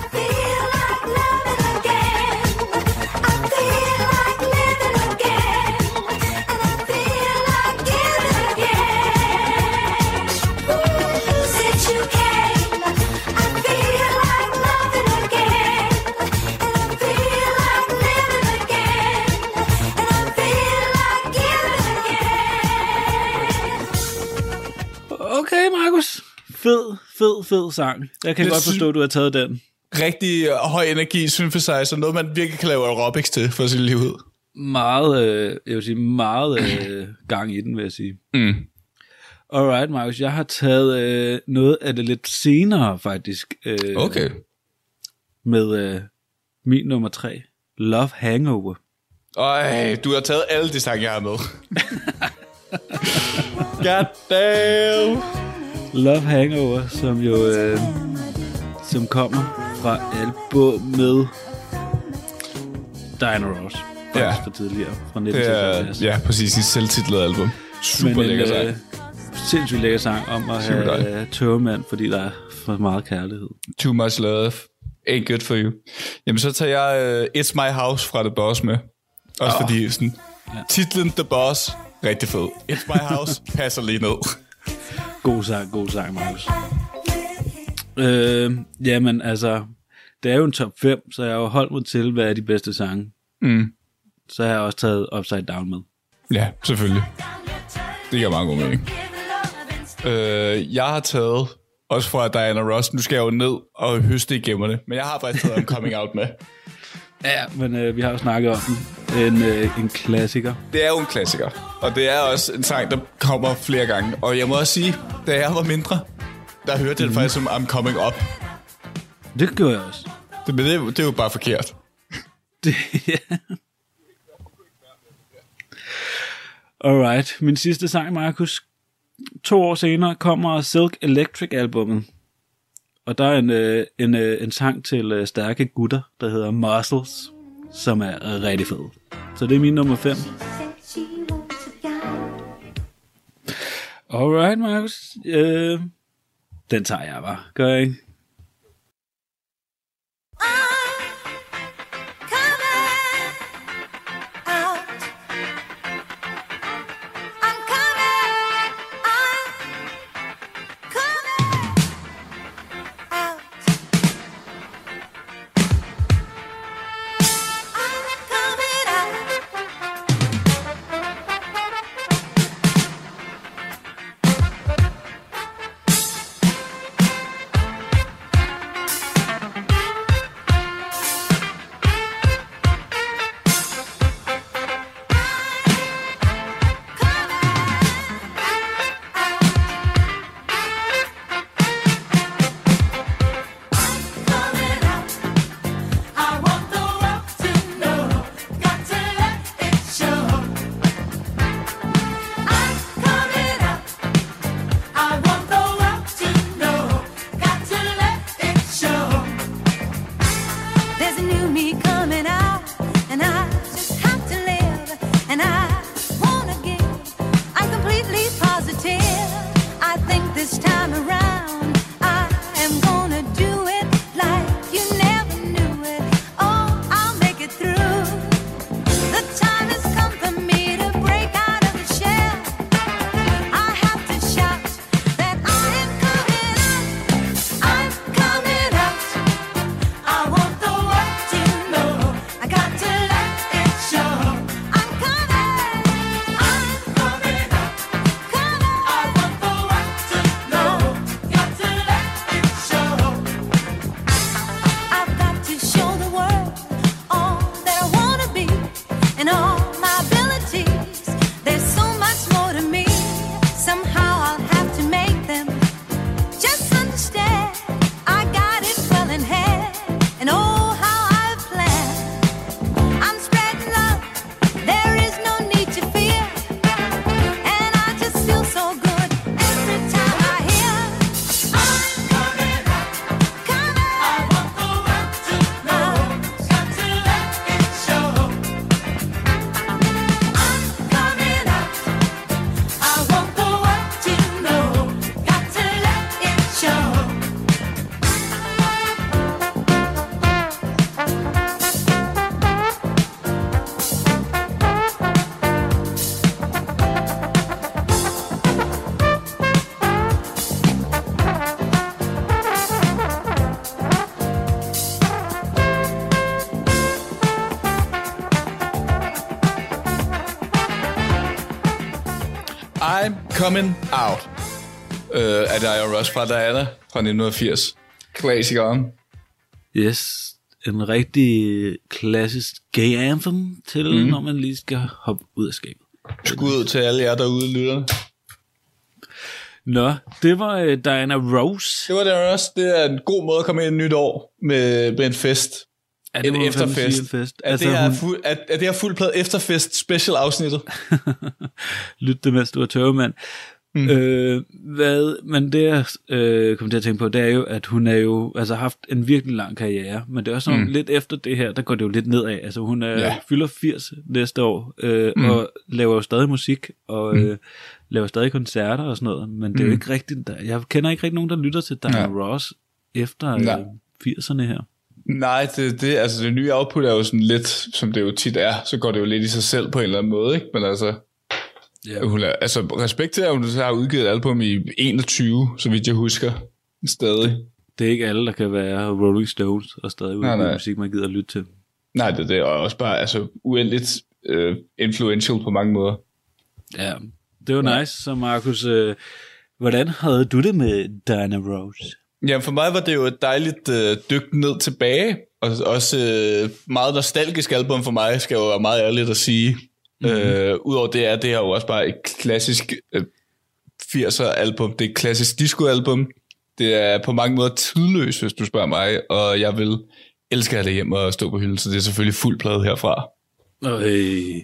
Okay, Markus. Fed, fed, fed sang. Jeg kan det godt forstå, at du har taget den. Rigtig høj energi synthesizer. Noget, man virkelig kan lave aerobics til for sit liv ud. Meget, øh, jeg vil sige, meget øh, gang i den, vil jeg sige. Mm. Alright, Markus. Jeg har taget øh, noget af det lidt senere, faktisk. Øh, okay. Med øh, min nummer tre. Love Hangover. Øj, du har taget alle de sange, jeg har med. God damn. Love Hangover, som jo... Øh, som kommer fra albumet Diana Ross. Ja. For tidligere, fra nitten seksoghalvfjerds. Ja, præcis. En selvtitlet album. Super lækker sang. Øh, sindssygt lækker sang om at Super have tørremand, fordi der er for meget kærlighed. Too much love. Ain't good for you. Jamen, så tager jeg uh, It's My House fra The Boss med. Også oh. fordi sådan, ja. titlen The Boss, rigtig fed. It's My House passer lige ned. God sang, god sang, Markus. Øh, jamen, altså, det er jo en top fem, så jeg har jo holdt mig til, hvad er de bedste sange. Mm. Så har jeg også taget Upside Down med. Ja, selvfølgelig. Det giver meget god mening. Øh, jeg har taget, også fra Diana Ross, nu skal jeg jo ned og høste igennem det, men jeg har faktisk taget en Coming Out med. Ja, men øh, vi har jo snakket om den. En, øh, en klassiker. Det er jo en klassiker, og det er også en sang, der kommer flere gange. Og jeg må også sige, da jeg var mindre, der hørte jeg mm. faktisk som I'm Coming Up. Det gjorde jeg også. Det, men det, det er jo bare forkert. Det, ja. Alright, min sidste sang, Markus. To år senere kommer Silk Electric-albummet. Og der er en, øh, en, øh, en sang til øh, stærke gutter, der hedder Muscles, som er rigtig fed. Så det er min nummer fem. Alright, Markus. Øh, den tager jeg bare. Gør jeg ikke? I'm Coming Out uh, af Diana Ross fra Diana fra nitten firs. Klassikeren. Yes, en rigtig klassisk gay anthem til, mm. når man lige skal hoppe ud af skabet. Skud til alle jer derude, lytterne. Nå, det var uh, Diana Ross. Det var Diana Ross. Det er en god måde at komme ind i et nyt år med, med en fest. Ja, det en efterfest. En fest. Er, altså, det her hun... fuld, er, er det her fuldplade efterfest special afsnittet? Lyt det, mens du er tørremand. Mm. Øh, hvad, men det jeg øh, kommer til at tænke på, det er jo, at hun er jo altså haft en virkelig lang karriere, men det er også sådan, mm. lidt efter det her, der går det jo lidt nedad. Altså hun er, ja. fylder firs næste år, øh, mm. og laver jo stadig musik, og mm. øh, laver stadig koncerter og sådan noget, men det er mm. jo ikke rigtigt, der, jeg kender ikke rigtig nogen, der lytter til Diana ja. Ross efter øh, firserne her. Nej, det, det, altså det nye output er jo sådan lidt, som det jo tit er, så går det jo lidt i sig selv på en eller anden måde, ikke? Men altså, ja. hun er, altså respekt til, at hun har udgivet et album i enogtyve, så vidt jeg husker, stadig. Det er ikke alle, der kan være Rolling Stones og stadig udgive musik, man gider at lytte til. Nej, det, det er også bare altså, uendeligt uh, influential på mange måder. Ja, det var ja. nice. Så Markus, øh, hvordan havde du det med Diana Ross? Jamen for mig var det jo et dejligt øh, dyk ned tilbage, og også øh, meget nostalgisk album for mig, skal jo være meget ærligt at sige. Mm-hmm. Øh, Udover det er det her jo også bare et klassisk øh, firser album, det er et klassisk disco-album. Det er på mange måder tidløst, hvis du spørger mig, og jeg vil elske at have det hjem og stå på hylden, så det er selvfølgelig fuld plade herfra. Øj.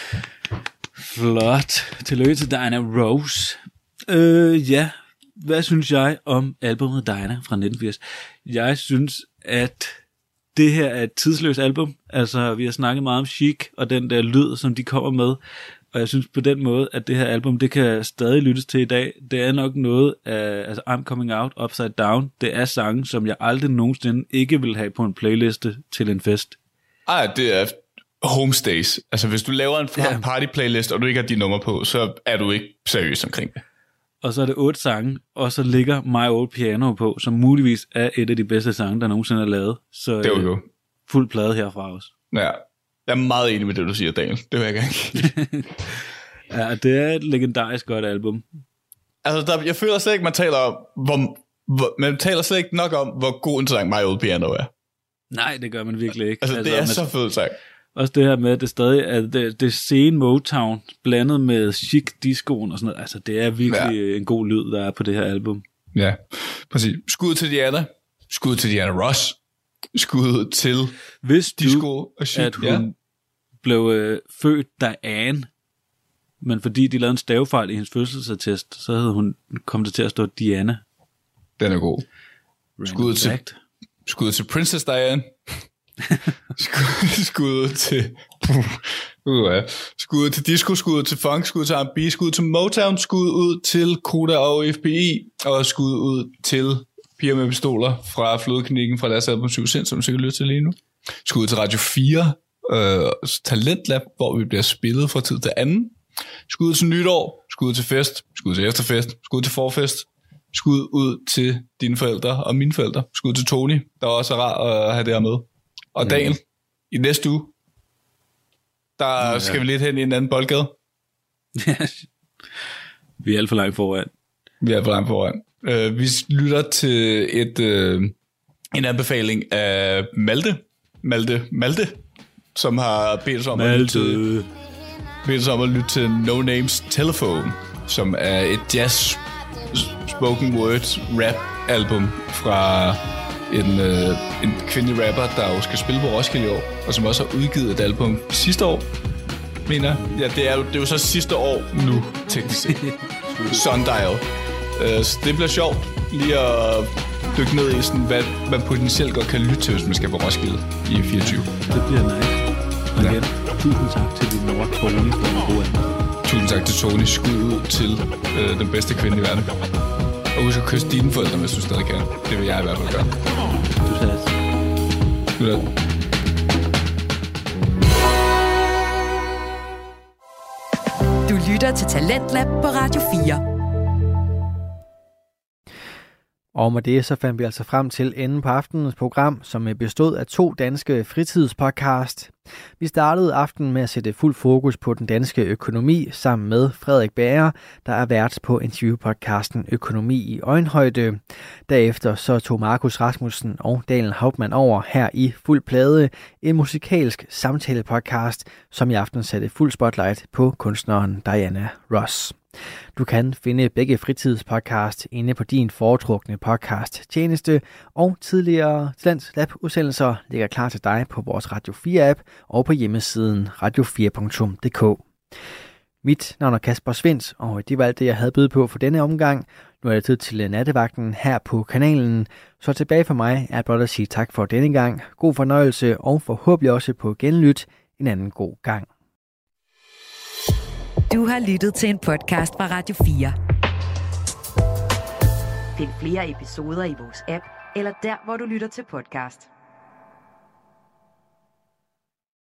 Flot. Tillykke til Diana Ross. Øh, ja, hvad synes jeg om albumet Diana fra nitten firs? Jeg synes, at det her er et tidsløst album. Altså, vi har snakket meget om Chic og den der lyd, som de kommer med. Og jeg synes på den måde, at det her album, det kan stadig lyttes til i dag. Det er nok noget af, altså I'm Coming Out, Upside Down. Det er sange, som jeg aldrig nogensinde ikke vil have på en playliste til en fest. Ej, det er homestays. Altså, hvis du laver en ja. party-playlist, og du ikke har de numre på, så er du ikke seriøs omkring det. Og så er det otte sange, og så ligger My Old Piano på, som muligvis er et af de bedste sange, der nogensinde er lavet. Så det er jo øh, fuld plade herfra også. Ja, jeg er meget enig med det, du siger, Daniel. Det vil jeg gerne. Ja, det er et legendarisk godt album. Altså, der, jeg føler slet ikke, man taler om, hvor, hvor, man taler slet ikke nok om, hvor god en sang My Old Piano er. Nej, det gør man virkelig ikke. Altså, altså det er så fed sang. Også det her med, at det stadig er det, det sene Motown, blandet med chic discoen og sådan noget. Altså, det er virkelig ja. en god lyd, der er på det her album. Ja, præcis. Skud til Diana. Skud til Diana Ross. Skud til Hvis disco du, og chic. At hun ja. blev øh, født Diane, men fordi de lavede en stavefejl i hendes fødselsattest, så havde hun kommet til at stå Diana. Den er god. Skud til, skud til Princess Diane. skud, skud til uh, ja. skud til disco, skud til funk, skud til R and B, skud til Motown, skud ud til Koda og F B I, og skud ud til Piger med pistoler fra Flodklinikken fra deres album Syv Sind, som du sikkert lytter til lige nu. Skud til Radio fire, øh, Talentlab, hvor vi bliver spillet fra tid til anden. Skud til nytår, skud til fest, skud til efterfest, skud til forfest. Skud ud til dine forældre og mine forældre. Skud til Tony, der også er rar at have det her med. Og Daniel, mm. i næste uge, der ja. skal vi lidt hen i en anden boldgade. Vi er alt for langt foran. Vi er alt for langt foran. Uh, vi lytter til et uh, en anbefaling af Malte. Malte, Malte, som har bedt os om, at lytte, til, bedt os om at lytte til No Names Telephone, som er et jazz spoken word rap album fra en, øh, en kvindelig rapper, der jo skal spille på Roskilde i år, og som også har udgivet et album sidste år, mener jeg. Ja, det er jo, det er jo så sidste år nu, teknisk set. Sundial. Uh, så det bliver sjovt lige at dykke ned i, sådan, hvad man potentielt godt kan lytte til, hvis man skal på Roskilde i fireogtyve. Det bliver nice. Og igen, ja. tusind tak til din mor, Tony, for en god anden. Tusind tak til Tony. Skud ud til øh, den bedste kvinde i verden. Og husk at kysse dine forældre, hvis du stadig kan. Det vil jeg i hvert fald gøre. Du sagde Du sagde Du lytter til Talentlab på Radio fire. Og med det så fandt vi altså frem til enden på aftenens program, som bestod af to danske fritidspodcast. Vi startede aftenen med at sætte fuld fokus på den danske økonomi sammen med Frederik Bager, der er vært på interviewpodcasten Økonomi i øjenhøjde. Derefter så tog Markus Rasmussen og Daniel Hauptmann over her i Fuld Plade, en musikalsk samtalepodcast, som i aften satte fuld spotlight på kunstneren Diana Ross. Du kan finde begge fritidspodcast inde på din foretrukne podcast tjeneste, og tidligere Talentlab-udsendelser ligger klar til dig på vores Radio fire app og på hjemmesiden radio fire punktum d k. Mit navn er Kasper Svindt, og det var alt det, jeg havde byde på for denne omgang. Nu er det tid til nattevagten her på kanalen. Så tilbage for mig er blot at sige tak for denne gang. God fornøjelse og forhåbentlig også på genlyt en anden god gang. Du har lyttet til en podcast fra Radio fire. Find flere episoder i vores app, eller der, hvor du lytter til podcast.